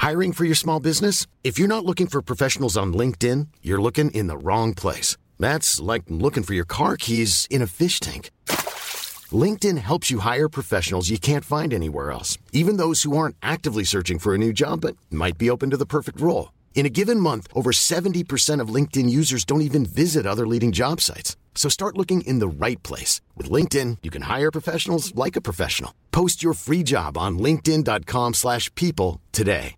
Hiring for your small business? If you're not looking for professionals on LinkedIn, you're looking in the wrong place. That's like looking for your car keys in a fish tank. LinkedIn helps you hire professionals you can't find anywhere else, even those who aren't actively searching for a new job but might be open to the perfect role. In a given month, over 70% of LinkedIn users don't even visit other leading job sites. So start looking in the right place. With LinkedIn, you can hire professionals like a professional. Post your free job on linkedin.com/people today.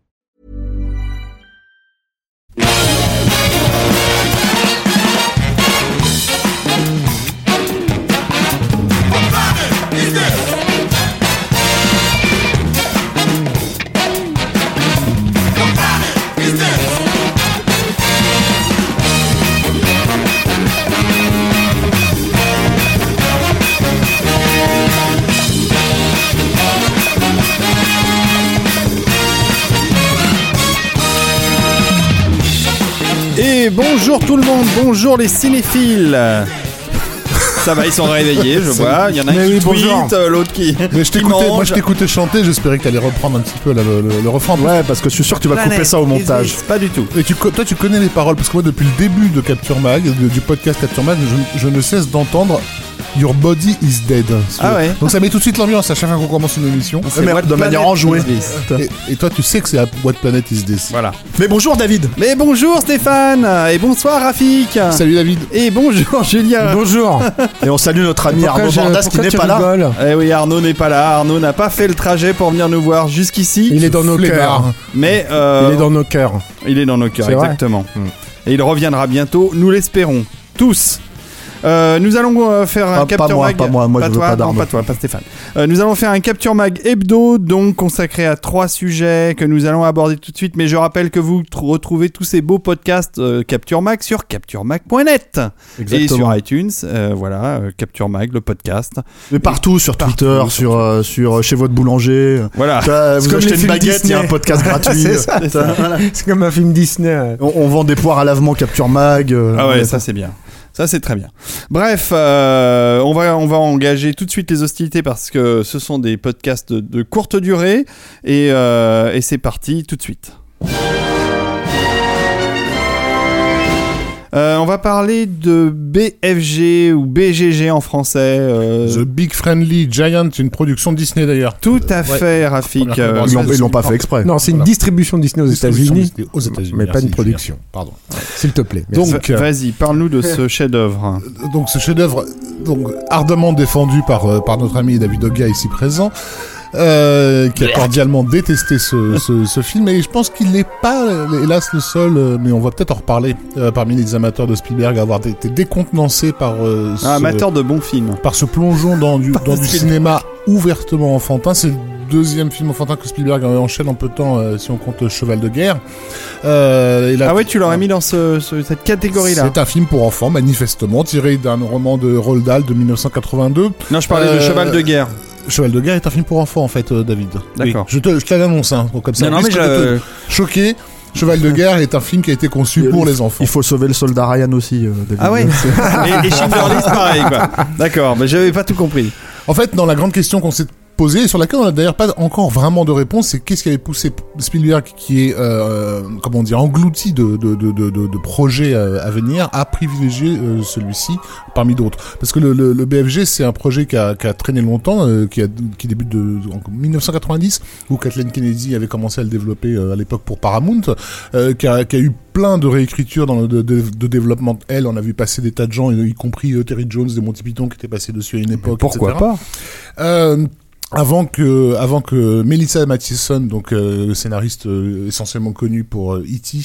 Et bonjour tout le monde, bonjour les cinéphiles. Ça va, ils sont réveillés, je vois. Il y en a un qui tweet, l'autre qui. Mais moi je t'écoutais chanter, j'espérais que t'allais reprendre un petit peu le refrain. Ouais, parce que je suis sûr que tu vas couper ça au montage. Pas du tout. Et toi, tu connais les paroles, parce que moi, depuis le début de Capture Mag, du podcast Capture Mag, je ne cesse d'entendre Your Body is Dead. Ah ouais. Donc ça met tout de suite l'ambiance à chaque fois qu'on commence une émission. Mais de manière enjouée. Et toi, tu sais que c'est What Planet is This. Voilà. Mais bonjour David. Mais bonjour Stéphane. Et bonsoir Rafik. Salut David. Et bonjour Julien. Bonjour. Et on salue notre ami Arnaud Bordas qui n'est pas là. Eh oui, Arnaud n'est pas là. Arnaud n'a pas fait le trajet pour venir nous voir jusqu'ici. Il est dans nos cœurs. Mais il est dans nos cœurs. Il est dans nos cœurs, exactement. Et il reviendra bientôt, nous l'espérons tous. Nous allons faire un Capture Mag. Pas moi je veux pas d'Arnaud. Non, pas toi, pas Stéphane. Nous allons faire un Capture Mag hebdo, donc consacré à 3 sujets que nous allons aborder tout de suite. Mais je rappelle que vous retrouvez tous ces beaux podcasts Capture Mag sur capturemag.net et sur iTunes. Voilà, Capture Mag, le podcast. Mais partout, sur Twitter, sur chez votre boulanger. Voilà. Vous achetez une baguette, il y a un podcast gratuit. C'est ça. Voilà. C'est comme un film Disney. On vend des poires à lavement Capture Mag. Ah ouais, ça c'est bien. Ça c'est très bien. Bref, on va engager tout de suite les hostilités parce que ce sont des podcasts de courte durée et c'est parti tout de suite. On va parler de BFG ou BGG en français. The Big Friendly Giant, une production Disney d'ailleurs. Tout à fait, Rafik. Ils l'ont pas fait exprès. Non, c'est une distribution Disney aux États-Unis. Mais pas une production. Pardon. S'il te plaît. Donc, vas-y, parle-nous de ce chef-d'œuvre. Donc, ce chef-d'œuvre, ardemment défendu par notre ami David Ogga ici présent. Qui a cordialement détesté ce film, et je pense qu'il n'est pas, hélas, le seul, mais on va peut-être en reparler, parmi les amateurs de Spielberg, à avoir été décontenancé par amateur de bons films, par ce plongeon dans du cinéma ouvertement enfantin. C'est le deuxième film enfantin que Spielberg enchaîne en peu de temps, si on compte Cheval de guerre. Ouais, tu l'aurais mis dans cette catégorie-là. C'est un film pour enfants, manifestement, tiré d'un roman de Roald Dahl de 1982. Non, je parlais de Cheval de guerre. Cheval de guerre est un film pour enfants en fait, David. D'accord. Oui. Je te l'annonce, hein, comme ça. Non, mais choqué. Cheval de guerre est un film qui a été conçu pour les enfants. Il faut sauver le soldat Ryan aussi, David. Ah ouais. et Schindler's List pareil quoi. D'accord, mais j'avais pas tout compris. En fait, dans la grande question qu'on s'est posée, et sur laquelle on n'a d'ailleurs pas encore vraiment de réponse, c'est qu'est-ce qui avait poussé Spielberg, qui est englouti de projets à venir, à privilégier celui-ci parmi d'autres. Parce que le BFG, c'est un projet qui a traîné longtemps, qui débute en 1990, où Kathleen Kennedy avait commencé à le développer à l'époque pour Paramount, qui a eu plein de réécritures de développement. On a vu passer des tas de gens, y compris Terry Jones des Monty Python qui était passé dessus à une époque. Pourquoi etc. pas Avant que Melissa Mathison, donc scénariste essentiellement connue pour E.T.,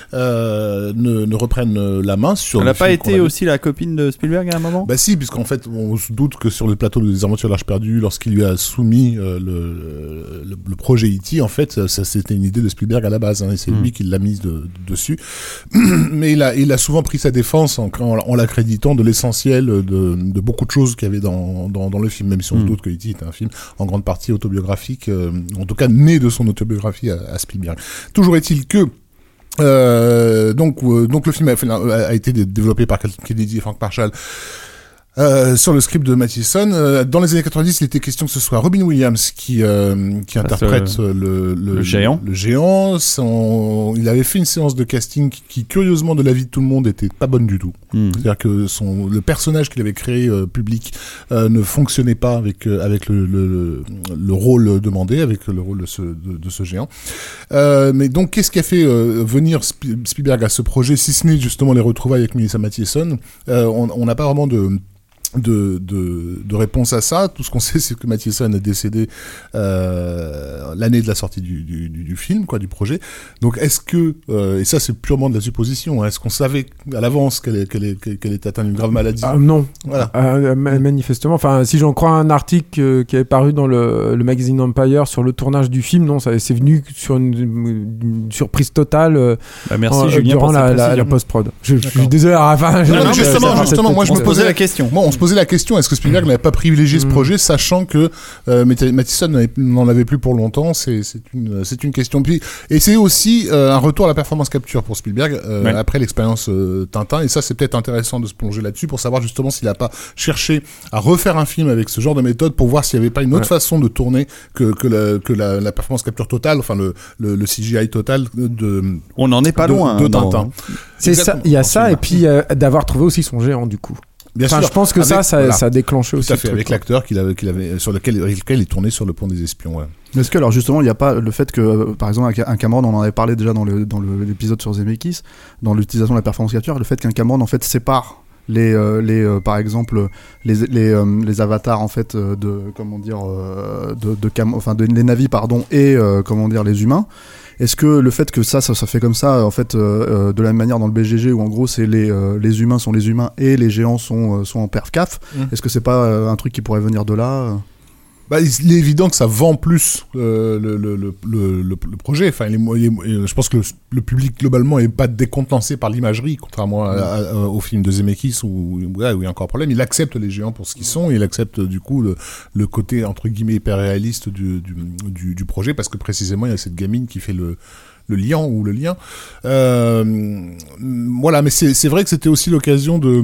ne reprenne la main sur. Elle n'a pas été aussi la copine de Spielberg à un moment ? Bah si, puisqu'en fait on se doute que sur le plateau des Aventures de l'Arche perdue, lorsqu'il lui a soumis le projet E.T., en fait ça c'était une idée de Spielberg à la base, hein, et c'est lui qui l'a mise dessus. Mais il a souvent pris sa défense en l'accréditant de l'essentiel de beaucoup de choses qu'il y avait dans le film, même si on se doute que E.T. était un film en grande partie autobiographique, en tout cas né de son autobiographie à Spielberg. Toujours est-il que donc le film a été développé par Kennedy et Frank Marshall Sur le script de Mathieson, dans les années 90, il était question que ce soit Robin Williams qui interprète le géant. Le géant. Il avait fait une séance de casting qui curieusement, de l'avis de tout le monde, était pas bonne du tout. C'est-à-dire que le personnage qu'il avait créé public ne fonctionnait pas avec le rôle demandé, avec le rôle de ce géant. Mais donc, qu'est-ce qui a fait venir Spielberg à ce projet, si ce n'est justement les retrouvailles avec Melissa Mathieson? On n'a pas vraiment de réponse à ça. Tout ce qu'on sait, c'est que Mathieson est décédé l'année de la sortie du film, quoi, du projet. Donc, est-ce que et ça, c'est purement de la supposition, hein, est-ce qu'on savait à l'avance qu'elle était atteinte d'une grave maladie? Non. Voilà. Manifestement. Enfin, si j'en crois un article qui avait paru dans le magazine Empire sur le tournage du film, non, c'est venu sur une surprise totale. Merci Julien durant la post-prod. Je suis désolé. Enfin, non, justement, moi je me posais la question. Moi, on se posait la question, est-ce que Spielberg n'avait pas privilégié ce projet, sachant que Mathieson n'en avait plus pour longtemps? C'est une question. Puis, et c'est aussi un retour à la performance capture pour Spielberg après l'expérience Tintin. Et ça, c'est peut-être intéressant de se plonger là-dessus pour savoir justement s'il n'a pas cherché à refaire un film avec ce genre de méthode pour voir s'il n'y avait pas une autre façon de tourner que la performance capture totale, enfin le CGI total de. On n'en est pas loin de Tintin. C'est ça. Il y a ça, et puis d'avoir trouvé aussi son géant du coup. Bien sûr, je pense que ça a déclenché aussi. Tout à fait, avec l'acteur qu'il avait sur lequel il tournait sur le pont des espions. Ouais. Est-ce que alors justement il n'y a pas le fait que par exemple un Cameron, on en avait parlé déjà dans l'épisode sur Zemeckis, dans l'utilisation de la performance capture, le fait qu'un Cameron en fait sépare par exemple les avatars en fait les navis et les humains. Est-ce que le fait que ça fait comme ça en fait de la même manière dans le BGG où en gros c'est les humains sont les humains et les géants sont en perf-caf, est-ce que c'est pas un truc qui pourrait venir de là? Bah, il est évident que ça vend plus le projet. Enfin, je pense que le public globalement est pas décontenancé par l'imagerie, contrairement au film de Zemeckis où il y a encore un problème. Il accepte les géants pour ce qu'ils sont, et il accepte du coup le côté entre guillemets hyper réaliste du projet, parce que précisément il y a cette gamine qui fait le lien. Voilà, mais c'est vrai que c'était aussi l'occasion de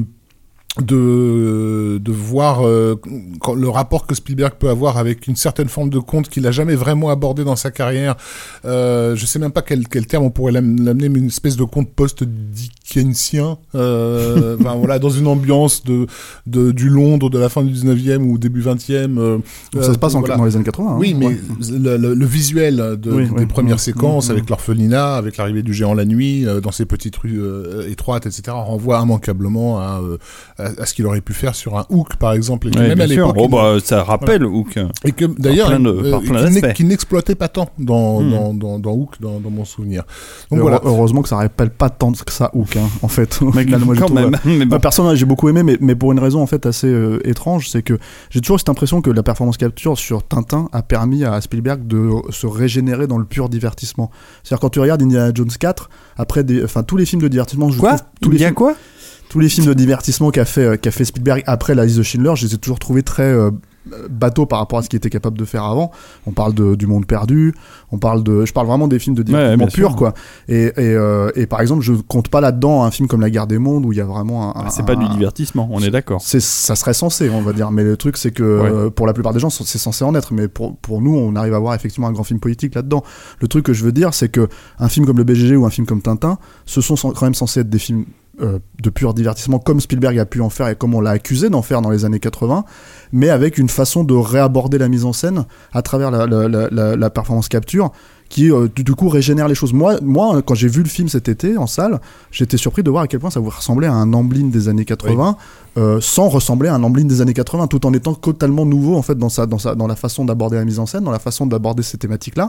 voir le rapport que Spielberg peut avoir avec une certaine forme de conte qu'il a jamais vraiment abordé dans sa carrière. Je sais même pas quel terme on pourrait l'amener, mais une espèce de conte post-dickensien, dans une ambiance du Londres de la fin du 19e ou début 20e. Ça se passe dans les années 80. Hein, oui, mais le visuel des premières séquences avec l'orphelinat, avec l'arrivée du géant la nuit, dans ces petites rues étroites, etc., renvoie immanquablement à ce qu'il aurait pu faire sur un Hook, par exemple, et que même à l'époque, ça rappelle Hook, et que d'ailleurs qui n'exploitait pas tant dans Hook, dans mon souvenir. Donc voilà. Heureusement que ça rappelle pas tant que ça Hook, hein, en fait. Personnellement, j'ai beaucoup aimé, mais pour une raison en fait assez étrange, c'est que j'ai toujours cette impression que la performance capture sur Tintin a permis à Spielberg de se régénérer dans le pur divertissement. C'est-à-dire quand tu regardes Indiana Jones 4, après tous les films de divertissement, tous les films de divertissement qu'a fait Spielberg après La liste de Schindler, je les ai toujours trouvés très bateaux par rapport à ce qu'il était capable de faire avant. On parle du Monde perdu, je parle vraiment des films de divertissement purs, quoi. Et par exemple, je compte pas là-dedans un film comme La Guerre des Mondes où il y a vraiment c'est pas du divertissement, on est d'accord. Ça serait censé, on va dire, mais le truc c'est que pour la plupart des gens c'est censé en être, mais pour nous on arrive à voir effectivement un grand film politique là-dedans. Le truc que je veux dire, c'est que un film comme le BGG ou un film comme Tintin, ce sont quand même censés être des films de pur divertissement, comme Spielberg a pu en faire et comme on l'a accusé d'en faire dans les années 80, mais avec une façon de réaborder la mise en scène à travers la performance capture qui du coup régénère les choses. Moi, quand j'ai vu le film cet été en salle, j'étais surpris de voir à quel point ça ressemblait à un Amblin des années 80, sans ressembler à un Amblin des années 80, tout en étant totalement nouveau en fait dans la façon d'aborder la mise en scène, dans la façon d'aborder ces thématiques-là.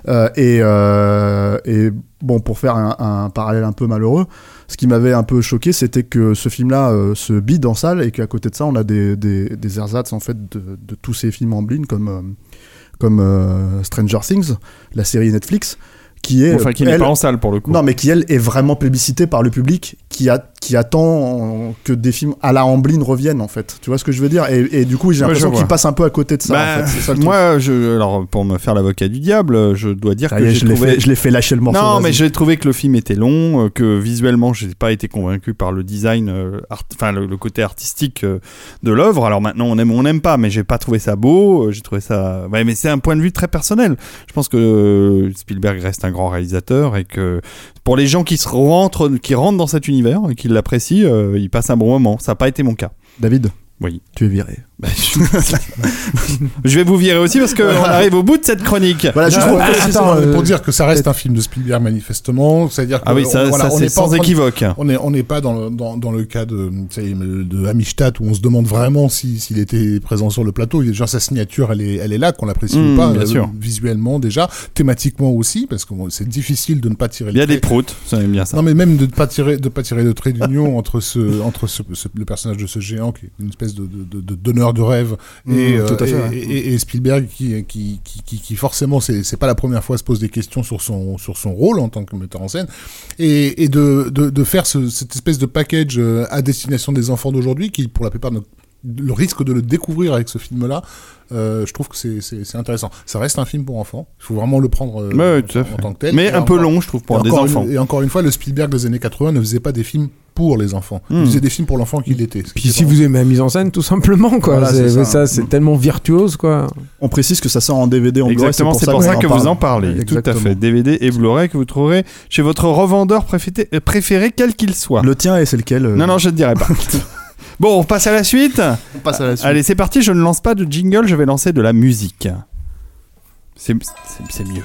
Et bon, pour faire un parallèle un peu malheureux, ce qui m'avait un peu choqué, c'était que ce film-là se bide en salle et qu'à côté de ça, on a des ersatz en fait de tous ces films Amblin comme Stranger Things, la série Netflix, qui n'est pas en salle pour le coup. Non, mais qui elle est vraiment plébiscitée par le public, qui a qui attend que des films à la Amblin reviennent, en fait. Tu vois ce que je veux dire ? Et du coup, j'ai l'impression qu'il passe un peu à côté de ça, en fait. C'est ça, moi, alors, pour me faire l'avocat du diable, je dois dire que je l'ai fait lâcher le morceau. Non, mais j'ai trouvé que le film était long, que visuellement, je n'ai pas été convaincu par le design, le côté artistique de l'œuvre. Alors maintenant, on aime ou on n'aime pas, mais j'ai pas trouvé ça beau. J'ai trouvé ça... Ouais, mais c'est un point de vue très personnel. Je pense que Spielberg reste un grand réalisateur et que pour les gens qui rentrent dans cet univers et qui l'apprécient, ils passent un bon moment. Ça n'a pas été mon cas. David ? Oui. Tu es viré. Je vais vous virer aussi parce qu'on arrive au bout de cette chronique. Voilà, juste pour dire que ça reste un film de Spielberg manifestement, c'est-à-dire que c'est sans équivoque. On n'est pas dans le cas de Amistad où on se demande vraiment s'il était présent sur le plateau. Déjà sa signature, elle est là, qu'on l'apprécie ou pas, visuellement déjà, thématiquement aussi, parce que c'est difficile de ne pas tirer. Il y a des proutes, ça aime bien ça. Non, mais même de ne pas tirer de trait d'union entre le personnage de ce géant qui est une espèce de donneur de rêve et Spielberg qui forcément c'est pas la première fois se pose des questions sur son rôle en tant que metteur en scène et de faire cette espèce de package à destination des enfants d'aujourd'hui qui pour la plupart le risque de le découvrir avec ce film-là, je trouve que c'est intéressant. Ça reste un film pour enfants. Il faut vraiment le prendre en tant que tel. Mais un peu long, je trouve, pour des enfants. Et encore une fois, le Spielberg des années 80 ne faisait pas des films pour les enfants. Il faisait des films pour l'enfant qu'il était. Puis si vous aimez la mise en scène, tout simplement, quoi. Voilà, c'est tellement virtuose, quoi. On précise que ça sort en DVD, en Blu-ray. Exactement, c'est pour ça que vous en parlez. Tout à fait. DVD et Blu-ray que vous trouverez chez votre revendeur préféré, quel qu'il soit. Le tien, et c'est lequel Non, je ne dirai pas. Bon, on passe à la suite. Allez, c'est parti, je ne lance pas de jingle, je vais lancer de la musique. C'est mieux.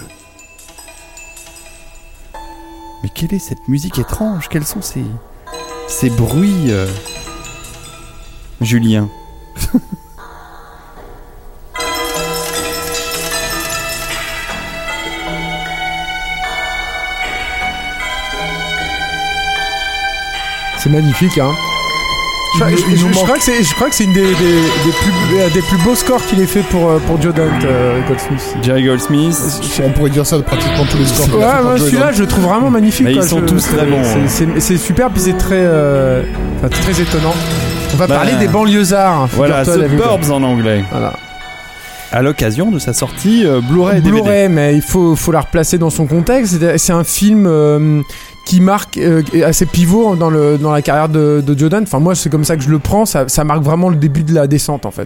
Mais quelle est cette musique étrange ? Quels sont ces bruits, Julien ? C'est magnifique, hein. Je crois que c'est une des plus beaux scores qu'il ait fait pour Joe Dante, Goldsmith. Jerry Goldsmith. On pourrait dire ça de pratiquement tous les scores. Ouais, moi celui-là je le trouve vraiment magnifique. Ils sont tous très bons. C'est super, puis c'est très étonnant. On va parler des banlieusards. Voilà, The Burbs en anglais. Voilà. À l'occasion de sa sortie Blu-ray et DVD. Blu-ray, mais il faut la replacer dans son contexte. C'est un film qui marque assez pivot dans la carrière de Joe Dante. Enfin, moi, c'est comme ça que je le prends. Ça marque vraiment le début de la descente, en fait.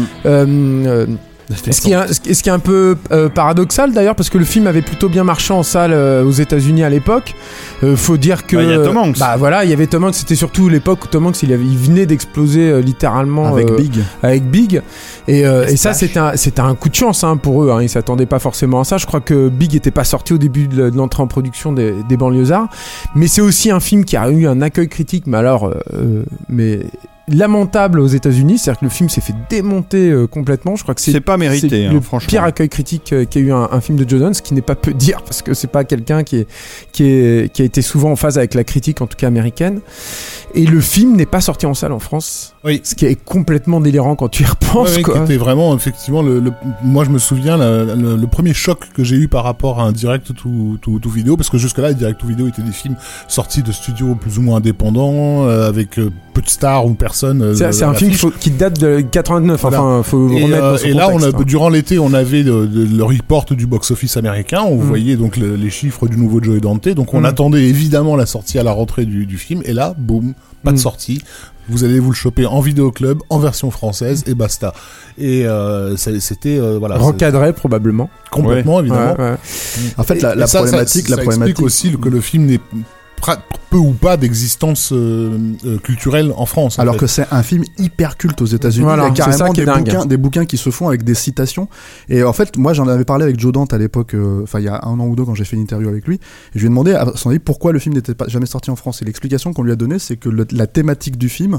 Ce qui est un peu paradoxal d'ailleurs, parce que le film avait plutôt bien marché en salle aux États-Unis à l'époque. Faut dire que il y a Tom Hanks. Il y avait Tom Hanks. C'était surtout l'époque où Tom Hanks il venait d'exploser littéralement avec Big. Et ça c'était un coup de chance pour eux. Ils s'attendaient pas forcément à ça. Je crois que Big était pas sorti au début de l'entrée en production des Banlieusards. Mais c'est aussi un film qui a eu un accueil critique. Mais alors, lamentable aux États-Unis, c'est-à-dire que le film s'est fait démonter complètement. Je crois que c'est pas mérité, le franchement. pire accueil critique qu'a eu un film de Joe Dante, ce qui n'est pas peu dire parce que c'est pas quelqu'un qui a été souvent en phase avec la critique, en tout cas américaine. Et le film n'est pas sorti en salle en France, ce qui est complètement délirant quand tu y repenses. Quoi. C'était vraiment effectivement moi je me souviens le premier choc que j'ai eu par rapport à un direct tout vidéo, parce que jusque-là les direct tout vidéo étaient des films sortis de studios plus ou moins indépendants avec peu de stars ou personne. C'est un film qui date de 89. Voilà. Enfin, faut remettre dans son contexte. Là, durant l'été, on avait le report du box-office américain. On voyait donc les chiffres du nouveau Joe Dante. Donc on attendait évidemment la sortie à la rentrée du film. Et là, boum, pas de sortie. Vous allez vous le choper en vidéoclub, en version française, et basta. Et c'était recadré probablement. Complètement, évidemment. Ouais. En fait, la problématique explique aussi que le film n'est peu ou pas d'existence culturelle en France. Alors que c'est un film hyper culte aux États-Unis. Voilà, il y a carrément des bouquins qui se font avec des citations. Et en fait, moi, j'en avais parlé avec Joe Dante à l'époque, il y a 1 an ou 2 quand j'ai fait une interview avec lui. Et je lui ai demandé à son avis pourquoi le film n'était jamais sorti en France. Et l'explication qu'on lui a donnée, c'est que la thématique du film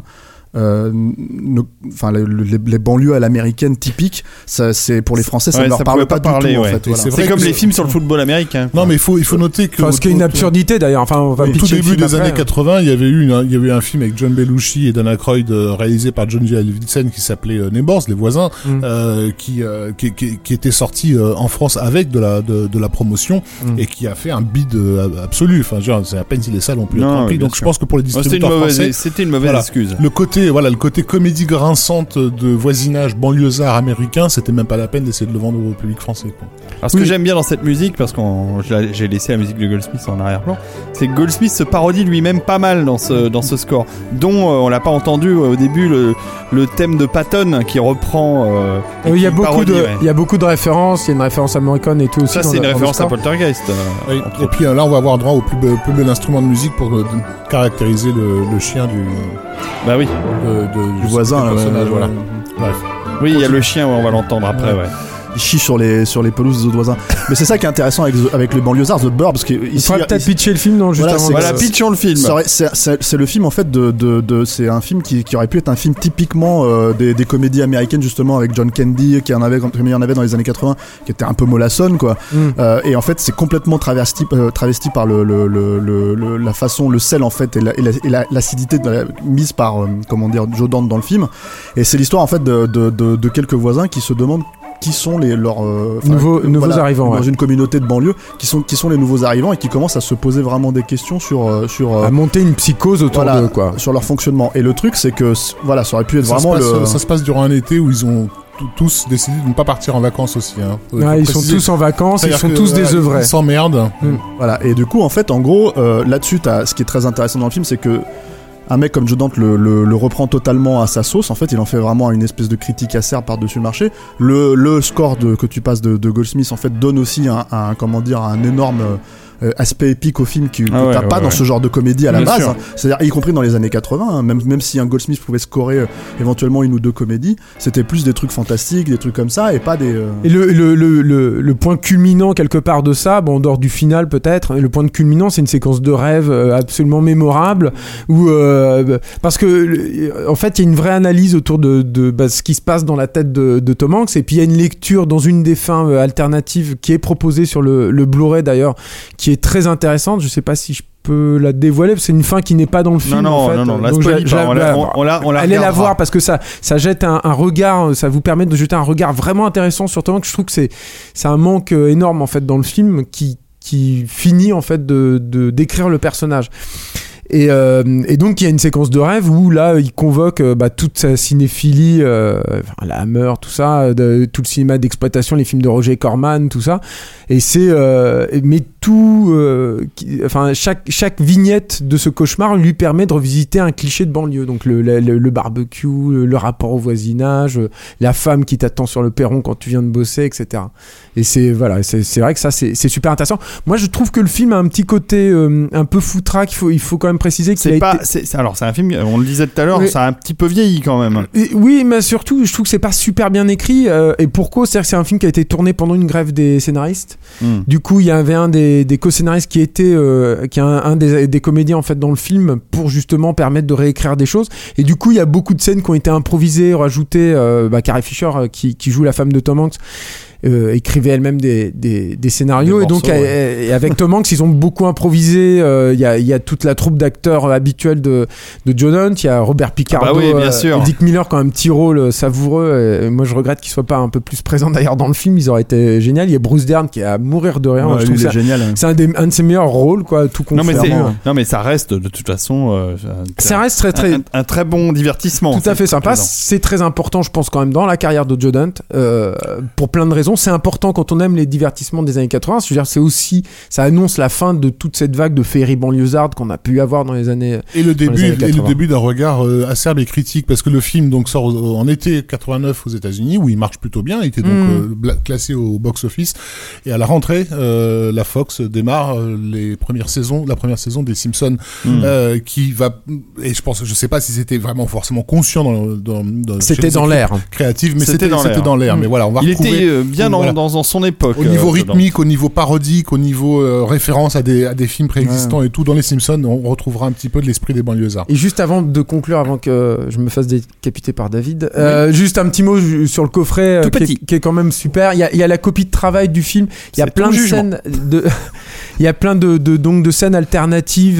les banlieues à l'américaine typiques, ça, c'est pour les Français, ça ne leur parle pas du tout. En fait, voilà. C'est comme les films sur le football américain. Non, mais il faut noter que ce qui est une absurdité d'ailleurs. Enfin, on va au tout début des années 80, il y avait eu un film avec John Belushi et Dan Aykroyd réalisé par John G. Avildsen qui s'appelait Neighbors, les voisins, qui était sorti en France avec de la promotion et qui a fait un bid absolu. Enfin, genre, c'est à peine si les salles ont pu être remplies. Donc, je pense que pour les distributeurs français, c'était une mauvaise excuse. Le côté comédie grinçante de voisinage banlieusard américain, c'était même pas la peine d'essayer de le vendre au public français, quoi. Alors, ce que j'aime bien dans cette musique, parce que j'ai laissé la musique de Goldsmith en arrière-plan, c'est que Goldsmith se parodie lui-même pas mal dans ce score, dont on l'a pas entendu au début, le thème de Patton qui reprend. Il y a beaucoup de références. Il y a une référence à Morricone et tout aussi. Ça, c'est une référence à Poltergeist. Oui. Et puis là, on va avoir droit au plus bel instrument de musique pour caractériser le chien du voisin, personnage. Voilà. Bref. Oui, il y a le chien, on va l'entendre après. Ouais. Il chie sur les pelouses des autres voisins. Mais c'est ça qui est intéressant avec les banlieusards, The Burr, parce que il faudrait peut-être pitcher le film, non, juste avant. Voilà, pitchons le film. C'est le film en fait c'est un film qui aurait pu être un film typiquement des comédies américaines, justement, avec John Candy comme il y en avait dans les années 80, qui était un peu mollassonne, quoi. Et en fait, c'est complètement travesti par la façon, le sel en fait, et l'acidité mise par Joe Dante dans le film. Et c'est l'histoire en fait de quelques voisins qui se demandent qui sont leurs nouveaux arrivants dans une communauté de banlieue, qui sont les nouveaux arrivants et qui commencent à se poser vraiment des questions sur à monter une psychose autour d'eux, quoi, sur leur fonctionnement. Et le truc, c'est que ça aurait pu être ça se passe durant un été où ils ont tous décidé de ne pas partir en vacances aussi, hein. Ils sont tous en vacances, ils sont tous désœuvrés, ils s'emmerdent. Voilà. Et du coup, en fait, en gros, là-dessus, ce qui est très intéressant dans le film, c'est que un mec comme Joe Dante le reprend totalement à sa sauce. En fait, il en fait vraiment une espèce de critique acerbe par-dessus le marché. Le score que tu passes de Goldsmith, en fait, donne aussi un énorme aspect épique au film que t'as pas dans ce genre de comédie à la base, hein. C'est-à-dire y compris dans les années 80, hein, même si un Goldsmith pouvait scorer éventuellement une ou deux comédies, c'était plus des trucs fantastiques, des trucs comme ça, et pas des Et le point culminant quelque part de ça, en dehors du final peut-être, le point culminant, c'est une séquence de rêve absolument mémorable où parce que en fait il y a une vraie analyse autour de ce qui se passe dans la tête de Tom Hanks, et puis il y a une lecture dans une des fins alternatives qui est proposée sur le Blu-ray d'ailleurs, qui est très intéressante. Je sais pas si je peux la dévoiler, c'est une fin qui n'est pas dans le film. Non, la spoilie pas. Allez la voir, parce que ça jette un regard, ça vous permet de jeter un regard vraiment intéressant sur Tom Hanks. Je trouve que c'est un manque énorme en fait dans le film qui finit en fait de décrire le personnage. Et donc il y a une séquence de rêve où là il convoque toute sa cinéphilie, la Hammer, tout ça, tout le cinéma d'exploitation, les films de Roger Corman, tout ça. Et c'est mais tout, chaque vignette de ce cauchemar lui permet de revisiter un cliché de banlieue. Donc le barbecue, le rapport au voisinage, la femme qui t'attend sur le perron quand tu viens de bosser, etc. Et c'est vrai que ça c'est super intéressant. Moi je trouve que le film a un petit côté un peu foutraque. Il faut quand même préciser qu'il c'est un film, on le disait tout à l'heure, ça a un petit peu vieilli quand même. Oui, mais surtout je trouve que c'est pas super bien écrit, et pourquoi? C'est-à-dire que c'est un film qui a été tourné pendant une grève des scénaristes. Du coup il y avait un des co-scénaristes qui était qui est un des comédiens en fait dans le film, pour justement permettre de réécrire des choses, et du coup il y a beaucoup de scènes qui ont été improvisées, rajoutées. Carrie Fisher qui joue la femme de Tom Hanks écrivait elle-même des scénarios, et donc et avec Tom Hanks ils ont beaucoup improvisé. Il y a toute la troupe d'acteurs habituels de Joe Dante, il y a Robert Picardo, Dick Miller qui a un petit rôle savoureux, et moi je regrette qu'il soit pas un peu plus présent d'ailleurs dans le film, ils auraient été géniaux. Il y a Bruce Dern qui est à mourir de rire, je trouve c'est génial, c'est un de ses meilleurs rôles, quoi, tout confère. Non mais ça reste de toute façon ça reste un très bon divertissement, tout à fait sympa. C'est très important, je pense, quand même dans la carrière de Joe Dante, pour plein de raisons. C'est important quand on aime les divertissements des années 80. Je veux dire, c'est aussi, ça annonce la fin de toute cette vague de féerie banlieusarde qu'on a pu avoir dans les années. Et le début d'un regard acerbe et critique, parce que le film donc sort en été 89 aux États-Unis, où il marche plutôt bien. Il était donc classé au box-office, et à la rentrée, la Fox démarre la première saison des Simpsons, qui va, et je sais pas si c'était vraiment forcément conscient dans c'était dans l'air créatif, mais c'était dans l'air. Mais voilà, on va retrouver bien dans son époque. Au niveau rythmique, au niveau parodique, au niveau référence à des films préexistants et tout, dans les Simpsons, on retrouvera un petit peu de l'esprit des banlieusards. Et juste avant de conclure, avant que je me fasse décapiter par David, juste un petit mot sur le coffret qui est quand même super. Il y a la copie de travail du film. Il y a plein de scènes il y a plein de scènes alternatives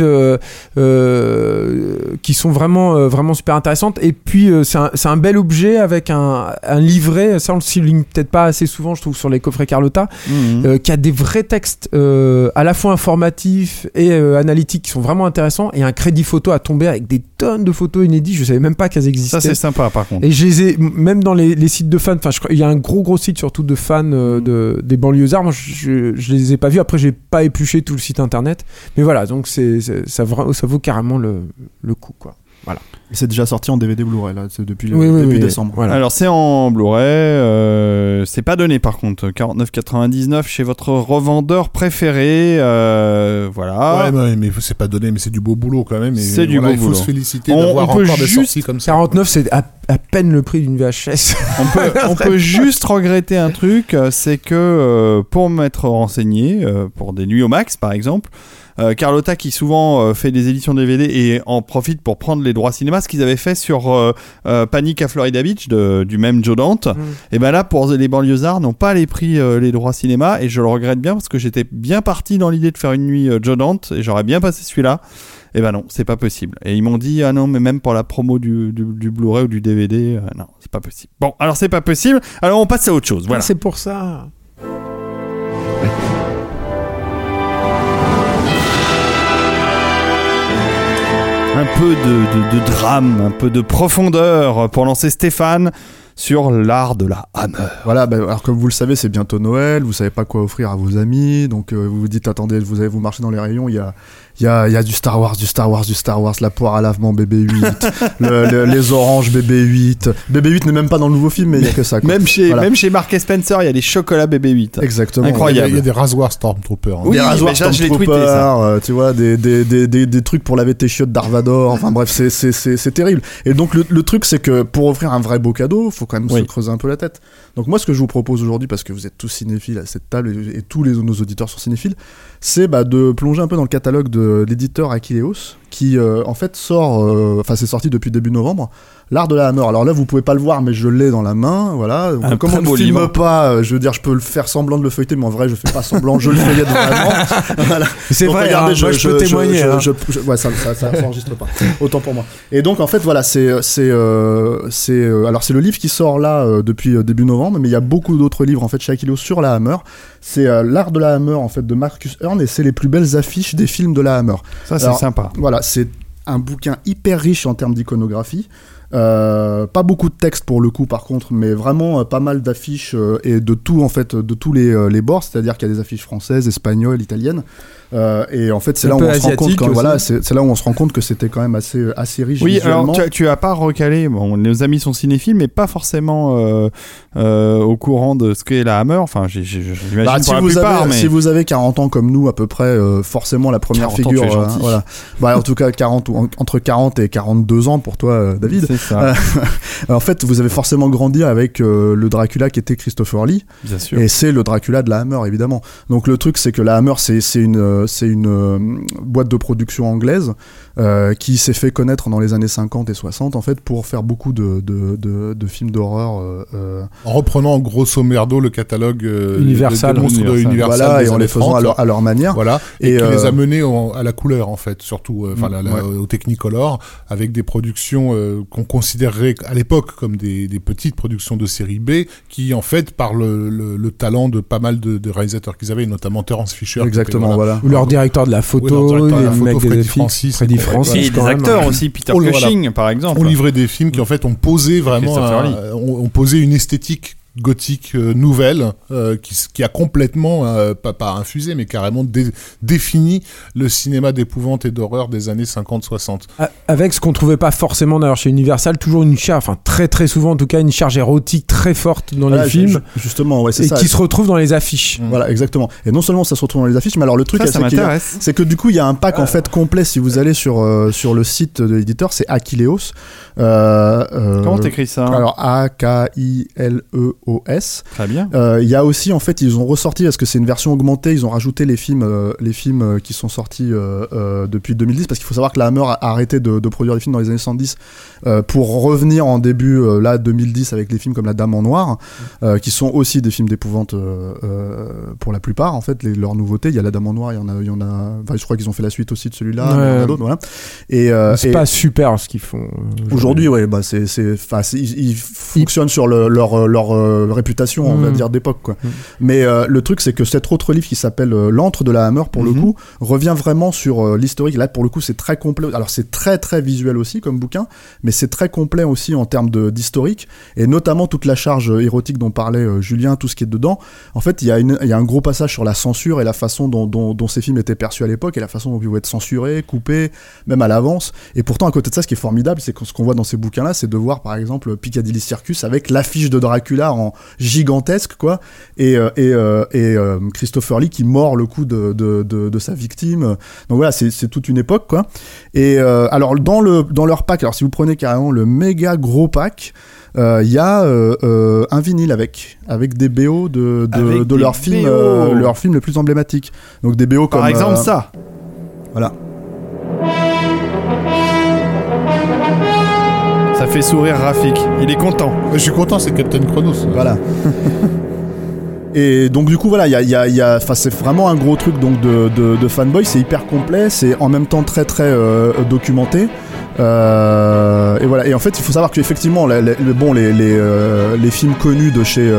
qui sont vraiment super intéressantes. Et puis c'est un bel objet avec un livret. Ça on le souligne peut-être pas assez souvent, je trouve, sur les coffrets Carlotta, qui a des vrais textes à la fois informatifs et analytiques qui sont vraiment intéressants, et un crédit photo à tomber avec des tonnes de photos inédites. Je savais même pas qu'elles existaient. Ça c'est sympa par contre. Et je les ai même dans les sites de fans. Enfin, il y a un gros site surtout de fans des banlieusards. Moi, je les ai pas vus. Après, j'ai pas épluché tout le site internet. Mais voilà, donc ça vaut carrément le coup, quoi. Voilà. Et c'est déjà sorti en DVD Blu-ray là, c'est depuis début décembre. Voilà. Alors c'est en Blu-ray, c'est pas donné par contre, 49,99 chez votre revendeur préféré, voilà. Ouais, mais c'est pas donné, mais c'est du beau boulot quand même. Et c'est du beau boulot. Il faut se féliciter d'avoir encore des sorties comme ça. 49, c'est à peine le prix d'une VHS. On peut juste regretter un truc, c'est que pour m'être renseigné, pour des nuits au max par exemple, Carlotta qui souvent fait des éditions DVD et en profite pour prendre les droits cinéma, ce qu'ils avaient fait sur Panic à Florida Beach du même Joe Dante, et ben là pour les banlieusards n'ont pas pris les droits cinéma, et je le regrette bien parce que j'étais bien parti dans l'idée de faire une nuit Joe Dante et j'aurais bien passé celui-là. Et ben non, c'est pas possible. Et ils m'ont dit ah non, mais même pour la promo du Blu-ray ou du DVD, non, c'est pas possible. Bon, alors c'est pas possible. Alors on passe à autre chose. Voilà. C'est pour ça. Un peu de drame, un peu de profondeur pour lancer Stéphane sur l'art de la hammer. Voilà, alors comme vous le savez, c'est bientôt Noël, vous savez pas quoi offrir à vos amis, donc vous vous dites attendez, vous marchez dans les rayons, il y a du Star Wars, la poire à lavement BB-8, les oranges BB-8. BB-8 n'est même pas dans le nouveau film, mais il y a que ça, quoi. Même chez Mark et Spencer, il y a des chocolats BB-8. Exactement. Incroyable. Il y a des rasoirs Stormtrooper. Hein. Oui, des rasoirs Stormtrooper, tu vois, des trucs pour laver tes chiottes d'Arvador. Enfin bref, c'est terrible. Et donc le truc, c'est que pour offrir un vrai beau cadeau, faut quand même se creuser un peu la tête. Donc moi, ce que je vous propose aujourd'hui, parce que vous êtes tous cinéphiles à cette table et tous nos auditeurs sont cinéphiles, c'est de plonger un peu dans le catalogue de l'éditeur Akileos, qui en fait sort, c'est sorti depuis début novembre, l'art de la hammer. Alors là, vous pouvez pas le voir, mais je l'ai dans la main, voilà. Comme on ne filme pas, je veux dire, je peux le faire semblant de le feuilleter, mais en vrai, je fais pas semblant, je le feuillette vraiment. Voilà. C'est donc, vrai, regardez, moi je peux témoigner. Ouais, ça s'enregistre pas. Autant pour moi. Et donc en fait, voilà, alors c'est le livre qui sort là depuis début novembre, mais il y a beaucoup d'autres livres en fait chez Akileos sur la hammer. C'est l'art de la hammer en fait de Marcus Hearn, et c'est les plus belles affiches des films de la hammer. Ça c'est sympa. Voilà, c'est un bouquin hyper riche en termes d'iconographie. Pas beaucoup de texte pour le coup par contre, mais vraiment pas mal d'affiches et de tout en fait, de tous les bords, c'est-à-dire qu'il y a des affiches françaises, espagnoles, italiennes, et en fait c'est là où on se rend compte c'est là où on se rend compte que c'était quand même assez riche. Oui, visuellement. Alors tu as pas recalé, bon, nos amis sont cinéphiles mais pas forcément au courant de ce qu'est la hammer, enfin j'imagine pour la plupart, mais si vous avez 40 ans comme nous à peu près, forcément la première figure voilà. En tout cas 40 ou entre 40 et 42 ans pour toi David. En fait, vous avez forcément grandi avec le Dracula qui était Christopher Lee. Bien sûr. Et c'est le Dracula de la Hammer, évidemment. Donc le truc, c'est que la Hammer, c'est une boîte de production anglaise qui s'est fait connaître dans les années 50 et 60, en fait, pour faire beaucoup de films d'horreur. En reprenant grosso merdo le catalogue Universal, des monstres de Universal. Voilà, et en les faisant à leur manière. Voilà, et qui les a menés à la couleur, en fait, surtout au Technicolor, avec des productions qu'on considérerait à l'époque comme des petites productions de série B, qui en fait par le talent de pas mal de réalisateurs qu'ils avaient, notamment Terence Fisher. Exactement, voilà. Ou leur directeur de la photo, Freddy Francis, et des acteurs aussi, Peter Cushing par exemple. On livrait des films qui en fait ont posé vraiment ont posé une esthétique gothique nouvelle qui a complètement pas infusé mais carrément défini le cinéma d'épouvante et d'horreur des années 50-60. Avec ce qu'on trouvait pas forcément d'ailleurs chez Universal, toujours une charge, enfin très très souvent en tout cas, une charge érotique très forte dans les films. Justement, ouais, c'est et ça. Qui se retrouve dans les affiches. Voilà, exactement. Et non seulement ça se retrouve dans les affiches, mais alors le truc c'est que du coup il y a un pack en fait complet. Si vous allez sur le site de l'éditeur, c'est Akileos. Comment t'écris ça? Alors A-K-I-L-E Très bien. Il y a aussi, en fait, ils ont ressorti, parce que c'est une version augmentée, ils ont rajouté les films qui sont sortis depuis 2010, parce qu'il faut savoir que la Hammer a arrêté de produire des films dans les années 70 pour revenir en début 2010 avec les films comme La Dame en Noir, qui sont aussi des films d'épouvante pour la plupart, en fait, leurs nouveautés. Il y a La Dame en Noir, il y en a enfin, je crois qu'ils ont fait la suite aussi de celui-là, mais il y en a d'autres, voilà. C'est pas super ce qu'ils font. Aujourd'hui, ouais, bah ils fonctionnent sur leur réputation, on va dire, d'époque, quoi. Mais le truc, c'est que cet autre livre qui s'appelle L'Antre de la Hammer, pour le coup, revient vraiment sur l'historique. Là, pour le coup, c'est très complet. Alors, c'est très très visuel aussi comme bouquin, mais c'est très complet aussi en termes d'historique, et notamment toute la charge érotique dont parlait Julien, tout ce qui est dedans. En fait, il y a un gros passage sur la censure et la façon dont ces films étaient perçus à l'époque, et la façon dont ils pouvaient être censurés, coupés, même à l'avance. Et pourtant, à côté de ça, ce qui est formidable, c'est que ce qu'on voit dans ces bouquins-là, c'est de voir, par exemple, Piccadilly Circus avec l'affiche de Dracula en gigantesque, quoi, et Christopher Lee qui mord le cou de sa victime. Donc voilà, c'est toute une époque, quoi. Et alors dans leur pack, alors si vous prenez carrément le méga gros pack, il y a un vinyle avec des BO de leurs films les plus emblématiques. Donc des BO comme par exemple ça. Voilà. Ça fait sourire Rafik. Il est content. Je suis content, c'est Captain Chronos. Voilà. Et donc du coup voilà, c'est vraiment un gros truc donc de fanboy. C'est hyper complet, c'est en même temps très très documenté. Et voilà. Et en fait, il faut savoir qu'effectivement, les films connus de chez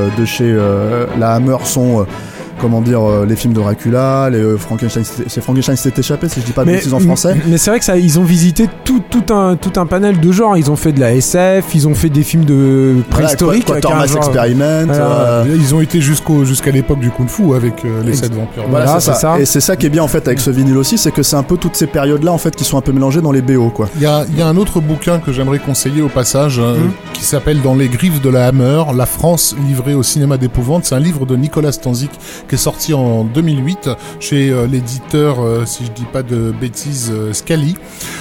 la Hammer sont comment dire, les films de Dracula, Frankenstein s'est échappé, si je dis pas de bêtises en français. Mais c'est vrai que ça, ils ont visité tout un panel de genres. Ils ont fait de la SF, ils ont fait des films de préhistoriques. Quatermass Experiment. Ils ont été jusqu'à l'époque du Kung Fu avec les 7 vampires. Voilà, c'est ça. Et c'est ça qui est bien en fait avec ce vinyle aussi, c'est que c'est un peu toutes ces périodes-là en fait qui sont un peu mélangées dans les BO, quoi. Il y a un autre bouquin que j'aimerais conseiller au passage, qui s'appelle Dans les griffes de la Hammer, la France livrée au cinéma d'épouvante. C'est un livre de Nicolas Stanzik qui est sorti en 2008 chez l'éditeur, si je dis pas de bêtises, Scali,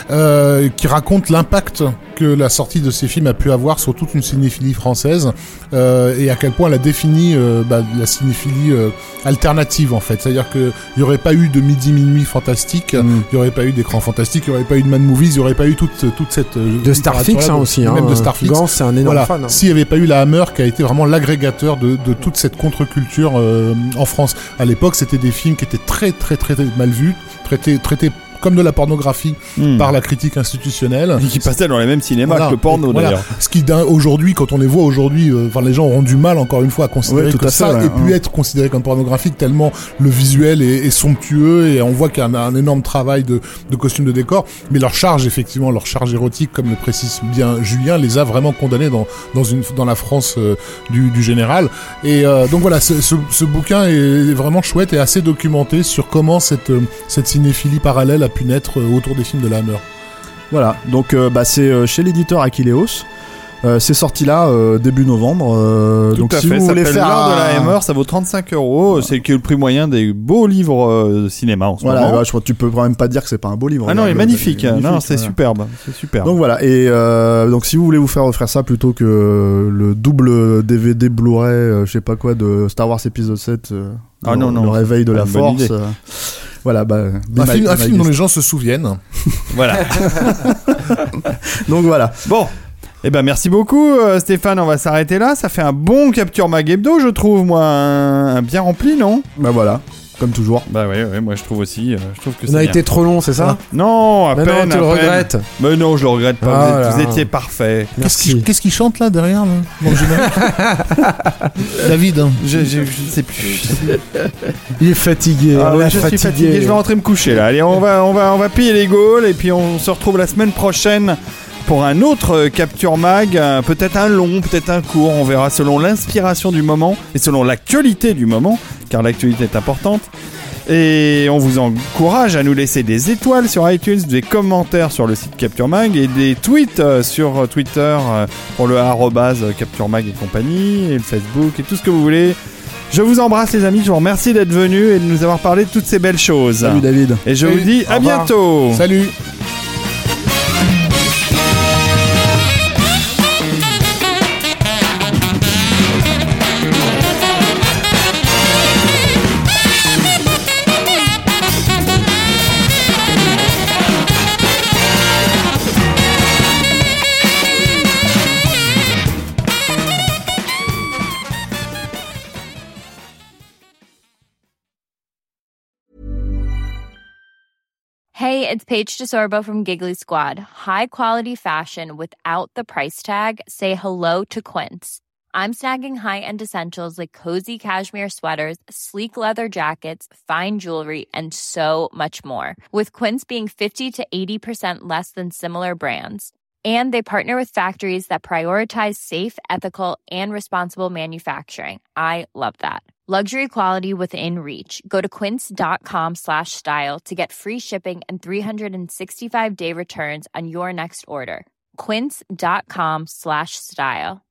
qui raconte l'impact que la sortie de ces films a pu avoir sur toute une cinéphilie française, et à quel point elle a défini la cinéphilie alternative, en fait. C'est-à-dire qu'il n'y aurait pas eu de Midi-Minuit fantastique, il n'y aurait pas eu d'écran fantastique, il n'y aurait pas eu de Mad Movies, il n'y aurait pas eu toute cette... de Starfix aussi, même de Starfix. Gans, c'est un énorme fan. S'il n'y avait pas eu la Hammer qui a été vraiment l'agrégateur de toute cette contre-culture en France. À l'époque, c'était des films qui étaient très très très, très mal vus, traités comme de la pornographie par la critique institutionnelle. Et qui passaient dans les mêmes cinémas que le porno, d'ailleurs. Ce qui, aujourd'hui, quand on les voit aujourd'hui, les gens auront du mal, encore une fois, à considérer que ça ait pu être considéré comme pornographique, tellement le visuel est somptueux, et on voit qu'il y a un énorme travail de costume de décor. Mais leur charge érotique, comme le précise bien Julien, les a vraiment condamnés dans la France du général. Et donc voilà, ce bouquin est vraiment chouette et assez documenté sur comment cette cinéphilie parallèle a pu naître autour des films de la Hammer. Voilà, donc c'est chez l'éditeur Achilleos. C'est sorti là début novembre. Tout donc à si fait. vous voulez faire L'Heure de la Hammer, ça vaut 35€. C'est le prix moyen des beaux livres de cinéma en ce moment. Voilà, je crois que tu peux quand même pas dire que c'est pas un beau livre. Ah non, il est magnifique. Non, c'est superbe. C'est superbe. Donc voilà, et donc si vous voulez vous faire offrir ça plutôt que le double DVD Blu-ray, je sais pas quoi, de Star Wars épisode 7, le réveil de la force. Voilà, un film dont les gens se souviennent. Voilà. Donc voilà. Bon. Eh ben merci beaucoup Stéphane, on va s'arrêter là. Ça fait un bon Capture Mag Hebdo, je trouve, moi, un bien rempli, non ? Bah voilà. Comme toujours. Bah ouais, moi je trouve aussi. Je trouve que on a été trop long, c'est ça ? Non, à peine. Non, tu le regrettes. Mais non, je le regrette pas. Vous étiez parfait. Qu'est-ce qu'il chante là derrière là, dans le générique ? David. Je sais plus. Il est fatigué. Je suis fatigué. Je vais rentrer me coucher là. Allez, on va piller les Gaules et puis on se retrouve la semaine prochaine pour un autre Capture Mag, peut-être un long, peut-être un court, on verra selon l'inspiration du moment et selon l'actualité du moment, car l'actualité est importante. Et on vous encourage à nous laisser des étoiles sur iTunes, des commentaires sur le site Capture Mag et des tweets sur Twitter pour le @Capture Mag et compagnie, et le Facebook et tout ce que vous voulez. Je vous embrasse les amis, je vous remercie d'être venus et de nous avoir parlé de toutes ces belles choses. Salut David. Et je vous dis à bientôt. Salut. Hey, it's Paige DeSorbo from Giggly Squad. High quality fashion without the price tag. Say hello to Quince. I'm snagging high-end essentials like cozy cashmere sweaters, sleek leather jackets, fine jewelry, and so much more. With Quince being 50 to 80% less than similar brands. And they partner with factories that prioritize safe, ethical, and responsible manufacturing. I love that. Luxury quality within reach. Go to quince.com/style to get free shipping and 365-day returns on your next order. Quince.com/style.